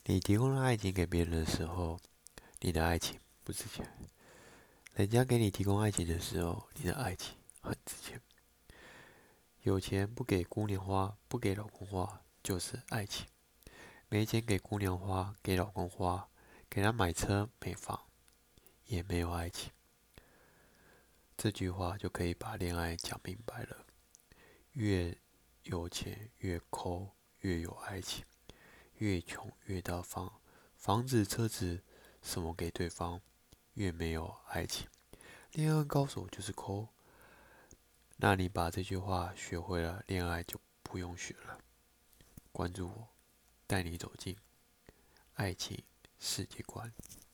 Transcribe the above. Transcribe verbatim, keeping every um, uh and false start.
你提供了爱情给别人的时候，你的爱情不值钱；人家给你提供爱情的时候，你的爱情很值钱。有钱不给姑娘花，不给老公花，就是爱情；没钱给姑娘花，给老公花，给他买车买房，也没有爱情。这句话就可以把恋爱讲明白了。越有钱越抠，越有爱情；越穷越大方，房子车子什么给对方，越没有爱情。恋爱高手就是抠。那你把这句话学会了，恋爱就不用学了。关注我，带你走进爱情世界观。